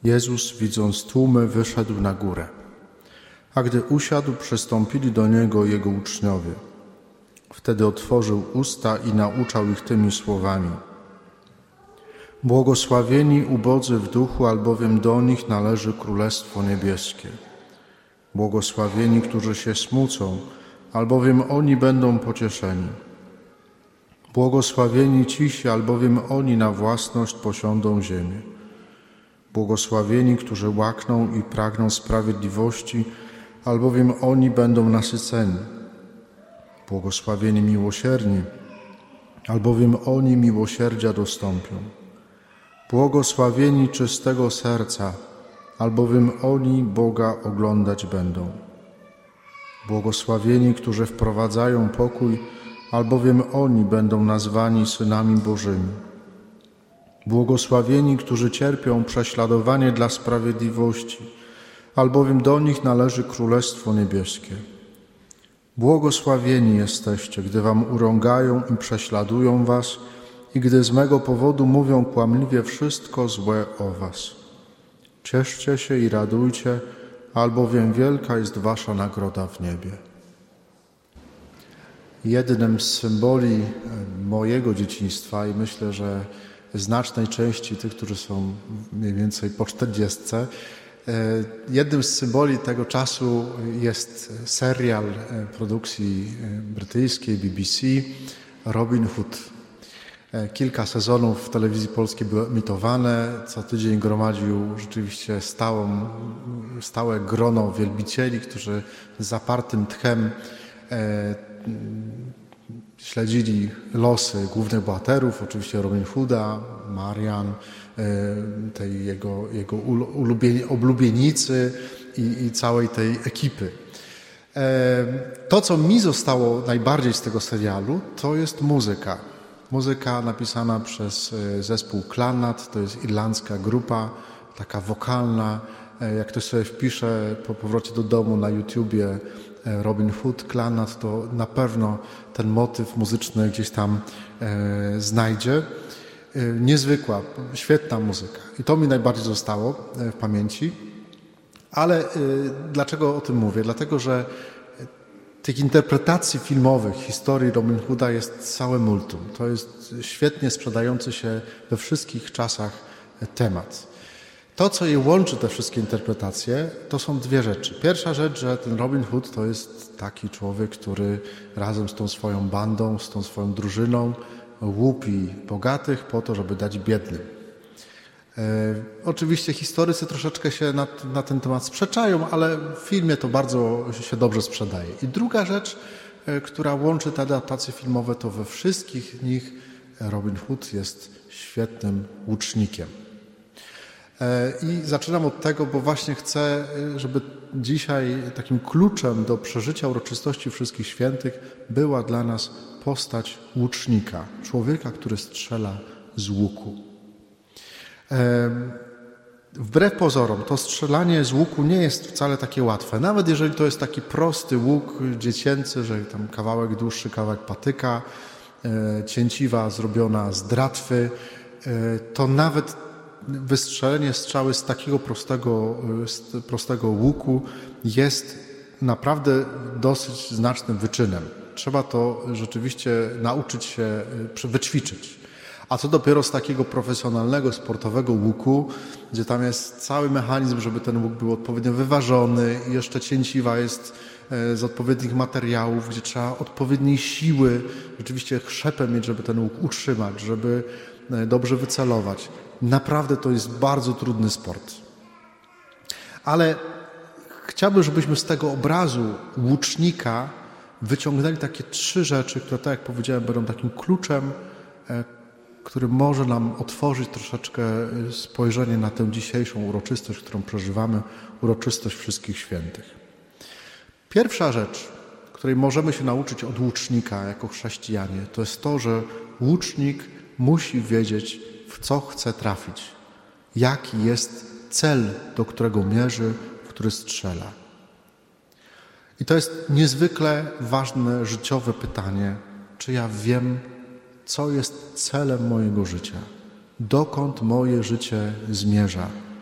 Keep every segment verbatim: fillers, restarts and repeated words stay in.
Jezus, widząc tłumy, wyszedł na górę. A gdy usiadł, przystąpili do Niego Jego uczniowie. Wtedy otworzył usta i nauczał ich tymi słowami. Błogosławieni ubodzy w duchu, albowiem do nich należy Królestwo Niebieskie. Błogosławieni, którzy się smucą, albowiem oni będą pocieszeni. Błogosławieni cisi, albowiem oni na własność posiądą ziemię. Błogosławieni, którzy łakną i pragną sprawiedliwości, albowiem oni będą nasyceni. Błogosławieni miłosierni, albowiem oni miłosierdzia dostąpią. Błogosławieni czystego serca, albowiem oni Boga oglądać będą. Błogosławieni, którzy wprowadzają pokój, albowiem oni będą nazwani synami Bożymi. Błogosławieni, którzy cierpią prześladowanie dla sprawiedliwości, albowiem do nich należy Królestwo Niebieskie. Błogosławieni jesteście, gdy wam urągają i prześladują was i gdy z mego powodu mówią kłamliwie wszystko złe o was. Cieszcie się i radujcie, albowiem wielka jest wasza nagroda w niebie. Jednym z symboli mojego dzieciństwa i myślę, że znacznej części tych, którzy są mniej więcej po czterdziestce, jednym z symboli tego czasu jest serial produkcji brytyjskiej B B C Robin Hood. Kilka sezonów w telewizji polskiej były emitowane. Co tydzień gromadził rzeczywiście stałą, stałe grono wielbicieli, którzy z zapartym tchem e, śledzili losy głównych bohaterów, oczywiście Robin Hooda, Marian, e, tej jego, jego ulubie, oblubienicy i, i całej tej ekipy. E, to, co mi zostało najbardziej z tego serialu, to jest muzyka. Muzyka napisana przez zespół Clannad, to jest irlandzka grupa, taka wokalna. Jak ktoś sobie wpisze po powrocie do domu na YouTubie Robin Hood, Clannad, to na pewno ten motyw muzyczny gdzieś tam e, znajdzie. E, niezwykła, świetna muzyka. I to mi najbardziej zostało w pamięci. Ale e, dlaczego o tym mówię? Dlatego, że tych interpretacji filmowych historii Robin Hooda jest całe multum. To jest świetnie sprzedający się we wszystkich czasach temat. To, co je łączy, te wszystkie interpretacje, to są dwie rzeczy. Pierwsza rzecz, że ten Robin Hood to jest taki człowiek, który razem z tą swoją bandą, z tą swoją drużyną łupi bogatych po to, żeby dać biednym. E, oczywiście historycy troszeczkę się na, na ten temat sprzeczają, ale w filmie to bardzo się dobrze sprzedaje. I druga rzecz, e, która łączy te adaptacje filmowe, to we wszystkich nich Robin Hood jest świetnym łucznikiem. E, I zaczynam od tego, bo właśnie chcę, żeby dzisiaj takim kluczem do przeżycia uroczystości Wszystkich Świętych była dla nas postać łucznika, człowieka, który strzela z łuku. Wbrew pozorom, to strzelanie z łuku nie jest wcale takie łatwe. Nawet jeżeli to jest taki prosty łuk dziecięcy, że tam kawałek dłuższy, kawałek patyka, cięciwa zrobiona z dratwy, to nawet wystrzelenie strzały z takiego prostego, z prostego łuku jest naprawdę dosyć znacznym wyczynem. Trzeba to rzeczywiście nauczyć się, wyćwiczyć. A co dopiero z takiego profesjonalnego, sportowego łuku, gdzie tam jest cały mechanizm, żeby ten łuk był odpowiednio wyważony i jeszcze cięciwa jest z odpowiednich materiałów, gdzie trzeba odpowiedniej siły, rzeczywiście chrzepę mieć, żeby ten łuk utrzymać, żeby dobrze wycelować. Naprawdę to jest bardzo trudny sport. Ale chciałbym, żebyśmy z tego obrazu łucznika wyciągnęli takie trzy rzeczy, które, tak jak powiedziałem, będą takim kluczem, który może nam otworzyć troszeczkę spojrzenie na tę dzisiejszą uroczystość, którą przeżywamy, uroczystość Wszystkich Świętych. Pierwsza rzecz, której możemy się nauczyć od łucznika jako chrześcijanie, to jest to, że łucznik musi wiedzieć, w co chce trafić, jaki jest cel, do którego mierzy, w który strzela. I to jest niezwykle ważne, życiowe pytanie, czy ja wiem, co jest celem mojego życia, dokąd moje życie zmierza,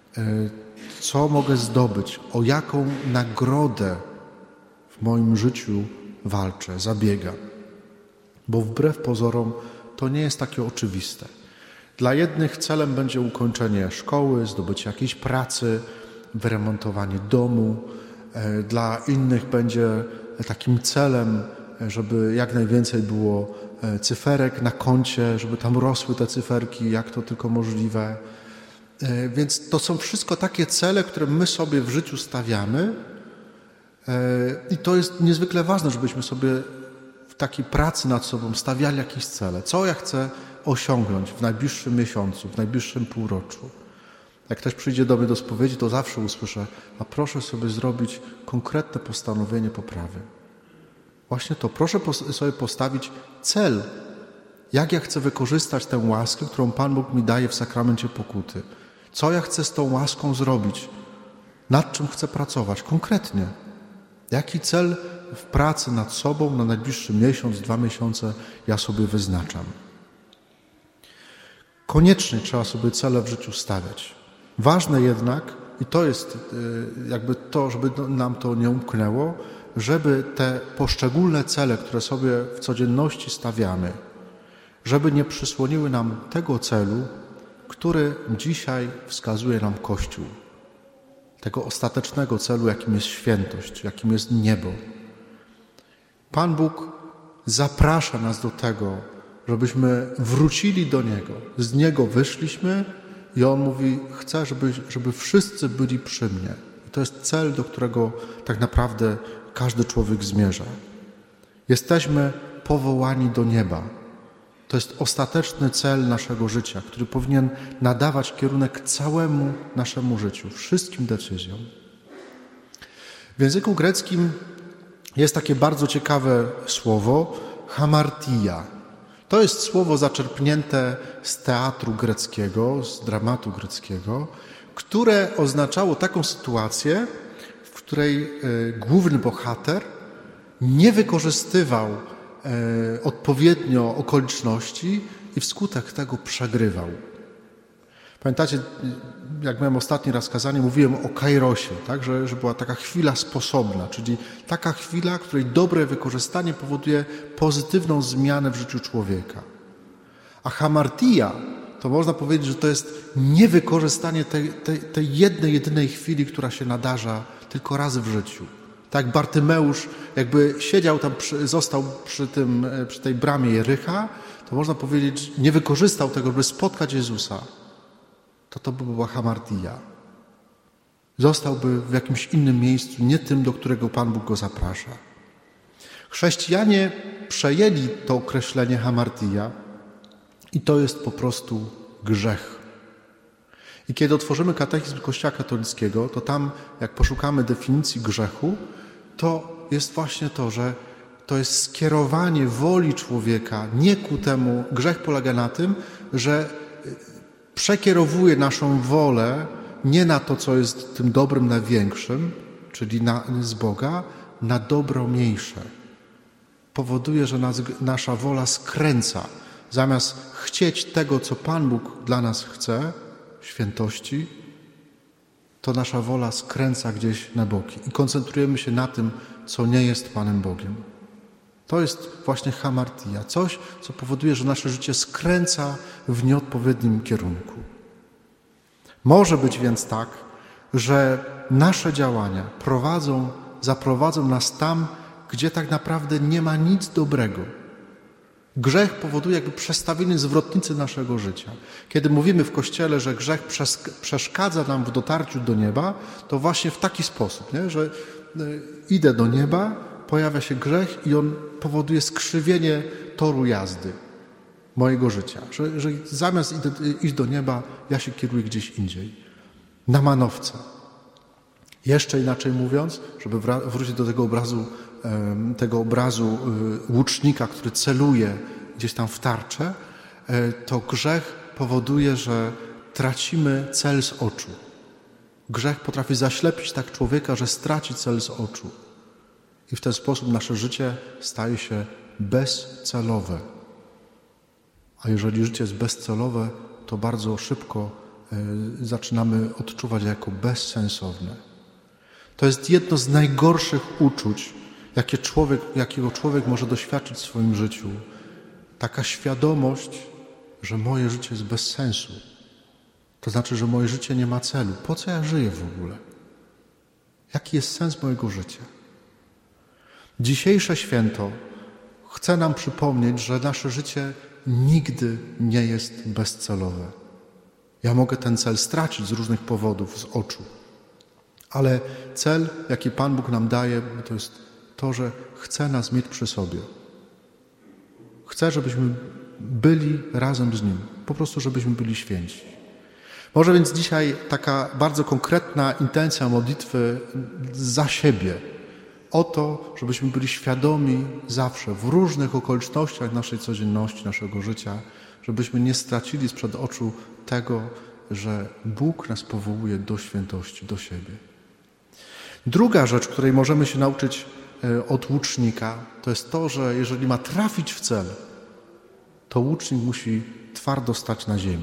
co mogę zdobyć, o jaką nagrodę w moim życiu walczę, zabiegam. Bo wbrew pozorom to nie jest takie oczywiste. Dla jednych celem będzie ukończenie szkoły, zdobycie jakiejś pracy, wyremontowanie domu. Dla innych będzie takim celem, żeby jak najwięcej było cyferek na koncie, żeby tam rosły te cyferki, jak to tylko możliwe. Więc to są wszystko takie cele, które my sobie w życiu stawiamy i to jest niezwykle ważne, żebyśmy sobie w takiej pracy nad sobą stawiali jakieś cele. Co ja chcę osiągnąć w najbliższym miesiącu, w najbliższym półroczu. Jak ktoś przyjdzie do mnie do spowiedzi, to zawsze usłyszę, a proszę sobie zrobić konkretne postanowienie poprawy. Właśnie to, proszę sobie postawić cel, jak ja chcę wykorzystać tę łaskę, którą Pan Bóg mi daje w sakramencie pokuty. Co ja chcę z tą łaską zrobić? Nad czym chcę pracować konkretnie? Jaki cel w pracy nad sobą na najbliższy miesiąc, dwa miesiące ja sobie wyznaczam? Koniecznie trzeba sobie cele w życiu stawiać. Ważne jednak, i to jest jakby to, żeby nam to nie umknęło, żeby te poszczególne cele, które sobie w codzienności stawiamy, żeby nie przysłoniły nam tego celu, który dzisiaj wskazuje nam Kościół. Tego ostatecznego celu, jakim jest świętość, jakim jest niebo. Pan Bóg zaprasza nas do tego, żebyśmy wrócili do Niego. Z Niego wyszliśmy i On mówi, chcę, żeby, żeby wszyscy byli przy mnie. I to jest cel, do którego tak naprawdę każdy człowiek zmierza. Jesteśmy powołani do nieba. To jest ostateczny cel naszego życia, który powinien nadawać kierunek całemu naszemu życiu, wszystkim decyzjom. W języku greckim jest takie bardzo ciekawe słowo hamartia. To jest słowo zaczerpnięte z teatru greckiego, z dramatu greckiego, które oznaczało taką sytuację, w której główny bohater nie wykorzystywał odpowiednio okoliczności i wskutek tego przegrywał. Pamiętacie, jak miałem ostatni raz kazanie, mówiłem o kairosie, tak? że, że była taka chwila sposobna, czyli taka chwila, której dobre wykorzystanie powoduje pozytywną zmianę w życiu człowieka. A hamartia to można powiedzieć, że to jest niewykorzystanie tej, tej, tej jednej, jedynej chwili, która się nadarza tylko raz w życiu. Tak Bartymeusz jakby siedział tam, przy, został przy, tym, przy tej bramie Jericha, to można powiedzieć, nie wykorzystał tego, by spotkać Jezusa. To to by była hamartia. Zostałby w jakimś innym miejscu, nie tym, do którego Pan Bóg go zaprasza. Chrześcijanie przejęli to określenie hamartia i to jest po prostu grzech. I kiedy otworzymy katechizm Kościoła katolickiego, to tam, jak poszukamy definicji grzechu, to jest właśnie to, że to jest skierowanie woli człowieka nie ku temu. Grzech polega na tym, że przekierowuje naszą wolę nie na to, co jest tym dobrym największym, czyli na, z Boga, na dobro mniejsze. Powoduje, że nas, nasza wola skręca. Zamiast chcieć tego, co Pan Bóg dla nas chce, świętości, to nasza wola skręca gdzieś na boki i koncentrujemy się na tym, co nie jest Panem Bogiem. To jest właśnie hamartia, coś, co powoduje, że nasze życie skręca w nieodpowiednim kierunku. Może być więc tak, że nasze działania prowadzą, zaprowadzą nas tam, gdzie tak naprawdę nie ma nic dobrego. Grzech powoduje jakby przestawienie zwrotnicy naszego życia. Kiedy mówimy w Kościele, że grzech przeszkadza nam w dotarciu do nieba, to właśnie w taki sposób, nie? Że idę do nieba, pojawia się grzech i on powoduje skrzywienie toru jazdy mojego życia. Że, że zamiast iść do nieba, ja się kieruję gdzieś indziej. Na manowce. Jeszcze inaczej mówiąc, żeby wrócić do tego obrazu, tego obrazu łucznika, który celuje gdzieś tam w tarczę, to grzech powoduje, że tracimy cel z oczu. Grzech potrafi zaślepić tak człowieka, że straci cel z oczu. I w ten sposób nasze życie staje się bezcelowe. A jeżeli życie jest bezcelowe, to bardzo szybko zaczynamy odczuwać jako bezsensowne. To jest jedno z najgorszych uczuć, jakie człowiek, jakiego człowiek może doświadczyć w swoim życiu. Taka świadomość, że moje życie jest bez sensu. To znaczy, że moje życie nie ma celu. Po co ja żyję w ogóle? Jaki jest sens mojego życia? Dzisiejsze święto chce nam przypomnieć, że nasze życie nigdy nie jest bezcelowe. Ja mogę ten cel stracić z różnych powodów, z oczu. Ale cel, jaki Pan Bóg nam daje, to jest to, że chce nas mieć przy sobie. Chce, żebyśmy byli razem z Nim. Po prostu, żebyśmy byli święci. Może więc dzisiaj taka bardzo konkretna intencja modlitwy za siebie. O to, żebyśmy byli świadomi zawsze, w różnych okolicznościach naszej codzienności, naszego życia, żebyśmy nie stracili sprzed oczu tego, że Bóg nas powołuje do świętości, do siebie. Druga rzecz, której możemy się nauczyć od łucznika, to jest to, że jeżeli ma trafić w cel, to łucznik musi twardo stać na ziemi.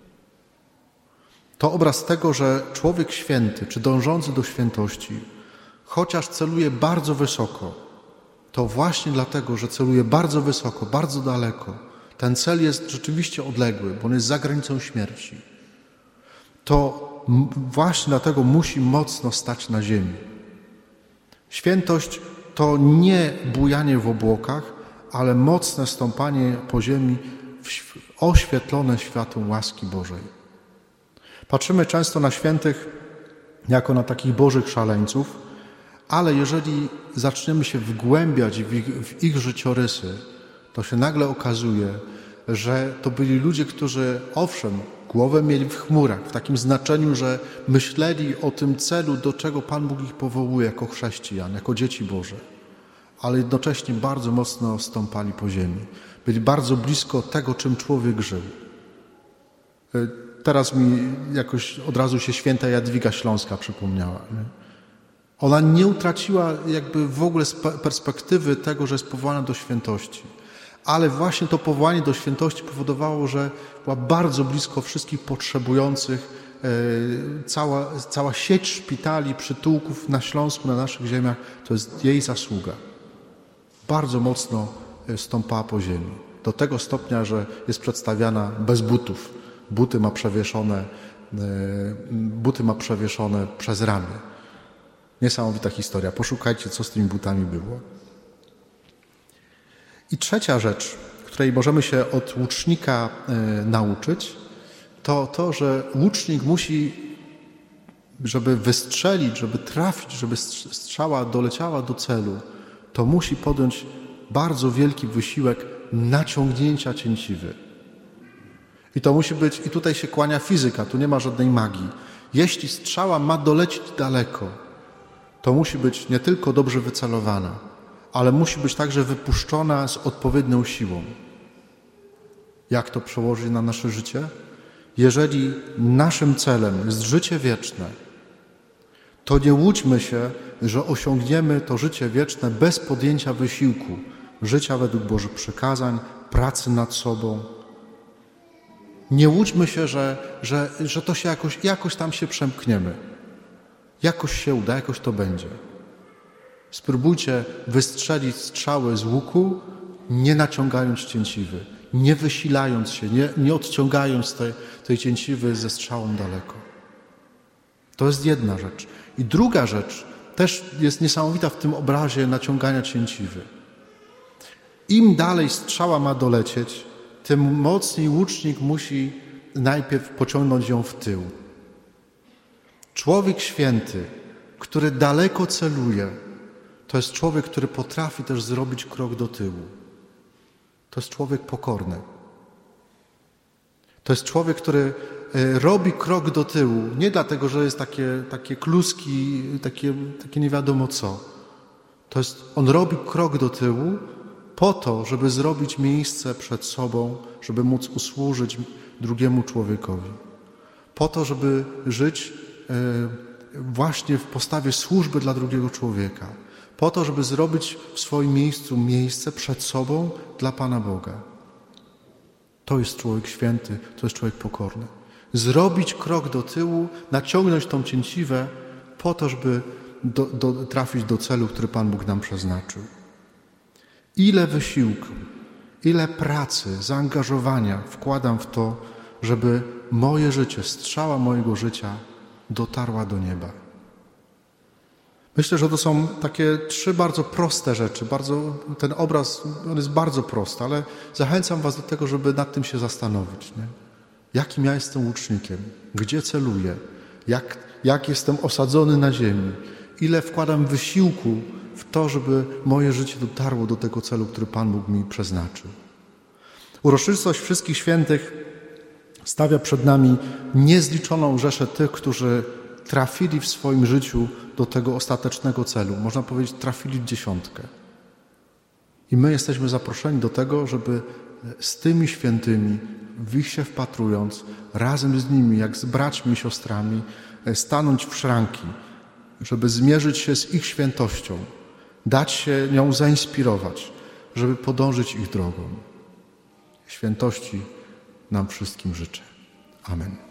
To obraz tego, że człowiek święty, czy dążący do świętości, chociaż celuje bardzo wysoko, to właśnie dlatego, że celuje bardzo wysoko, bardzo daleko, ten cel jest rzeczywiście odległy, bo on jest za granicą śmierci, to właśnie dlatego musi mocno stać na ziemi. Świętość to nie bujanie w obłokach, ale mocne stąpanie po ziemi oświetlone światłem łaski Bożej. Patrzymy często na świętych jako na takich bożych szaleńców, ale jeżeli zaczniemy się wgłębiać w ich, w ich życiorysy, to się nagle okazuje, że to byli ludzie, którzy owszem, głowę mieli w chmurach, w takim znaczeniu, że myśleli o tym celu, do czego Pan Bóg ich powołuje jako chrześcijan, jako dzieci Boże, ale jednocześnie bardzo mocno stąpali po ziemi. Byli bardzo blisko tego, czym człowiek żył. Teraz mi jakoś od razu się święta Jadwiga Śląska przypomniała. Nie? Ona nie utraciła jakby w ogóle z perspektywy tego, że jest powołana do świętości. Ale właśnie to powołanie do świętości powodowało, że była bardzo blisko wszystkich potrzebujących. Cała, cała sieć szpitali, przytułków na Śląsku, na naszych ziemiach, to jest jej zasługa. Bardzo mocno stąpała po ziemi. Do tego stopnia, że jest przedstawiana bez butów. Buty ma przewieszone, buty ma przewieszone przez ramię. Niesamowita historia. Poszukajcie, co z tymi butami było. I trzecia rzecz, której możemy się od łucznika nauczyć, to to, że łucznik musi, żeby wystrzelić, żeby trafić, żeby strzała doleciała do celu, to musi podjąć bardzo wielki wysiłek naciągnięcia cięciwy. I to musi być, i tutaj się kłania fizyka, tu nie ma żadnej magii. Jeśli strzała ma dolecieć daleko, to musi być nie tylko dobrze wycelowana, ale musi być także wypuszczona z odpowiednią siłą. Jak to przełożyć na nasze życie? Jeżeli naszym celem jest życie wieczne, to nie łudźmy się, że osiągniemy to życie wieczne bez podjęcia wysiłku, życia według Bożych przykazań, pracy nad sobą. Nie łudźmy się, że, że, że to się jakoś, jakoś tam się przemkniemy. Jakoś się uda, jakoś to będzie. Spróbujcie wystrzelić strzały z łuku, nie naciągając cięciwy, nie wysilając się, nie, nie odciągając tej, tej cięciwy ze strzałą daleko. To jest jedna rzecz. I druga rzecz też jest niesamowita w tym obrazie naciągania cięciwy. Im dalej strzała ma dolecieć, tym mocniej łucznik musi najpierw pociągnąć ją w tył. Człowiek święty, który daleko celuje, to jest człowiek, który potrafi też zrobić krok do tyłu. To jest człowiek pokorny. To jest człowiek, który robi krok do tyłu, nie dlatego, że jest takie, takie kluski, takie, takie nie wiadomo co. To jest, on robi krok do tyłu po to, żeby zrobić miejsce przed sobą, żeby móc usłużyć drugiemu człowiekowi. Po to, żeby żyć właśnie w postawie służby dla drugiego człowieka. Po to, żeby zrobić w swoim miejscu miejsce przed sobą dla Pana Boga. To jest człowiek święty, to jest człowiek pokorny. Zrobić krok do tyłu, naciągnąć tą cięciwę po to, żeby do, do, trafić do celu, który Pan Bóg nam przeznaczył. Ile wysiłku, ile pracy, zaangażowania wkładam w to, żeby moje życie, strzała mojego życia dotarła do nieba. Myślę, że to są takie trzy bardzo proste rzeczy. Bardzo, ten obraz on jest bardzo prosty, ale zachęcam was do tego, żeby nad tym się zastanowić. Nie? Jakim ja jestem łucznikiem? Gdzie celuję? Jak, jak jestem osadzony na ziemi? Ile wkładam wysiłku w to, żeby moje życie dotarło do tego celu, który Pan Bóg mi przeznaczył? Uroczystość Wszystkich Świętych stawia przed nami niezliczoną rzeszę tych, którzy trafili w swoim życiu do tego ostatecznego celu. Można powiedzieć, trafili w dziesiątkę. I my jesteśmy zaproszeni do tego, żeby z tymi świętymi, w ich się wpatrując, razem z nimi, jak z braćmi i siostrami, stanąć w szranki, żeby zmierzyć się z ich świętością, dać się nią zainspirować, żeby podążyć ich drogą. Świętości nam wszystkim życzę. Amen.